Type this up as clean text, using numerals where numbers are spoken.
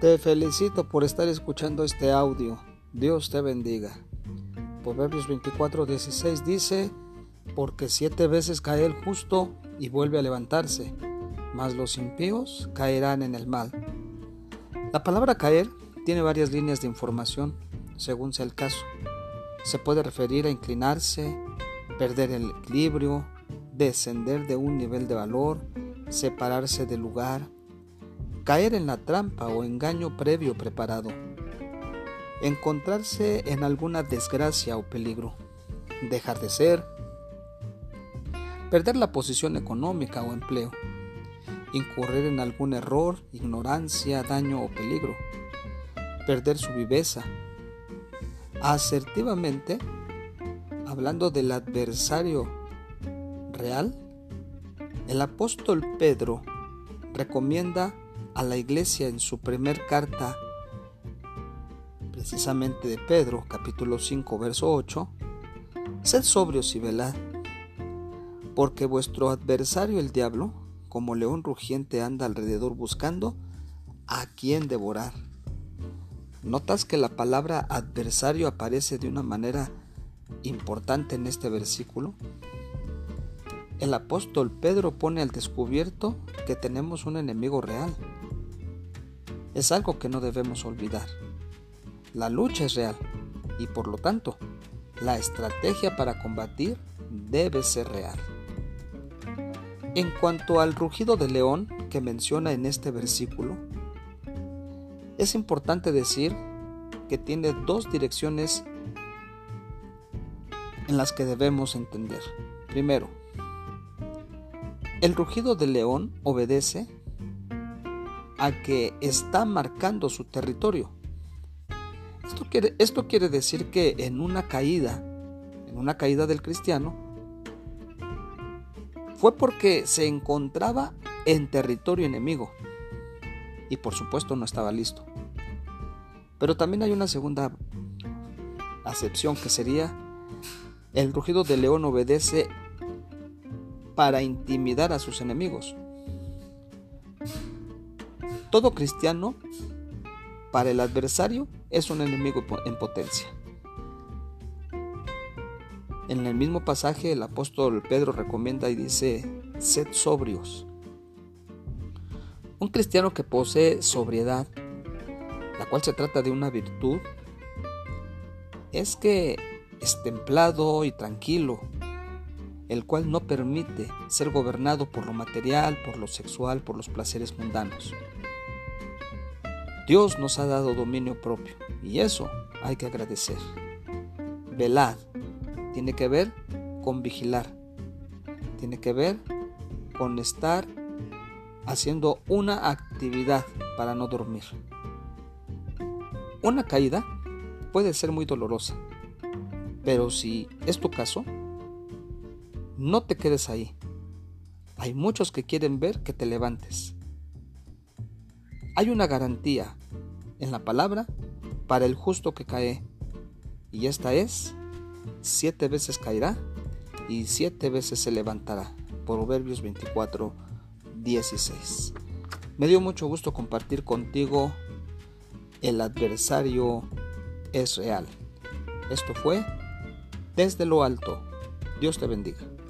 Te felicito por estar escuchando este audio. Dios te bendiga. Proverbios 24:16 dice: porque 7 veces cae el justo y vuelve a levantarse, mas los impíos caerán en el mal. La palabra caer tiene varias líneas de información, según sea el caso. Se puede referir a inclinarse, perder el equilibrio, descender de un nivel de valor, separarse del lugar, caer en la trampa o engaño previo preparado, encontrarse en alguna desgracia o peligro, dejar de ser, perder la posición económica o empleo, incurrir en algún error, ignorancia, daño o peligro, perder su viveza. Asertivamente, hablando del adversario real, el apóstol Pedro recomienda a la iglesia en su primer carta, precisamente de Pedro, capítulo 5, verso 8: sed sobrios y velad, porque vuestro adversario el diablo, como león rugiente, anda alrededor buscando a quien devorar. ¿Notas que la palabra adversario aparece de una manera importante en este versículo? El apóstol Pedro pone al descubierto que tenemos un enemigo real. Es algo que no debemos olvidar. La lucha es real y por lo tanto, la estrategia para combatir debe ser real. En cuanto al rugido del león que menciona en este versículo, es importante decir que tiene 2 direcciones en las que debemos entender. Primero, el rugido del león obedece a que está marcando su territorio. Esto quiere decir que en una caída del cristiano, fue porque se encontraba en territorio enemigo y por supuesto no estaba listo. Pero también hay una segunda acepción, que sería: el rugido del león obedece para intimidar a sus enemigos. Todo cristiano, para el adversario, es un enemigo en potencia. En el mismo pasaje, el apóstol Pedro recomienda y dice: sed sobrios. Un cristiano que posee sobriedad, la cual se trata de una virtud, es que es templado y tranquilo, el cual no permite ser gobernado por lo material, por lo sexual, por los placeres mundanos. Dios nos ha dado dominio propio y eso hay que agradecer. Velad tiene que ver con vigilar, tiene que ver con estar haciendo una actividad para no dormir. Una caída puede ser muy dolorosa, pero si es tu caso, no te quedes ahí. Hay muchos que quieren ver que te levantes. Hay una garantía en la palabra para el justo que cae, y esta es: 7 veces caerá y 7 veces se levantará. Proverbios 24:16. Me dio mucho gusto compartir contigo El adversario es real. Esto fue Desde lo Alto. Dios te bendiga.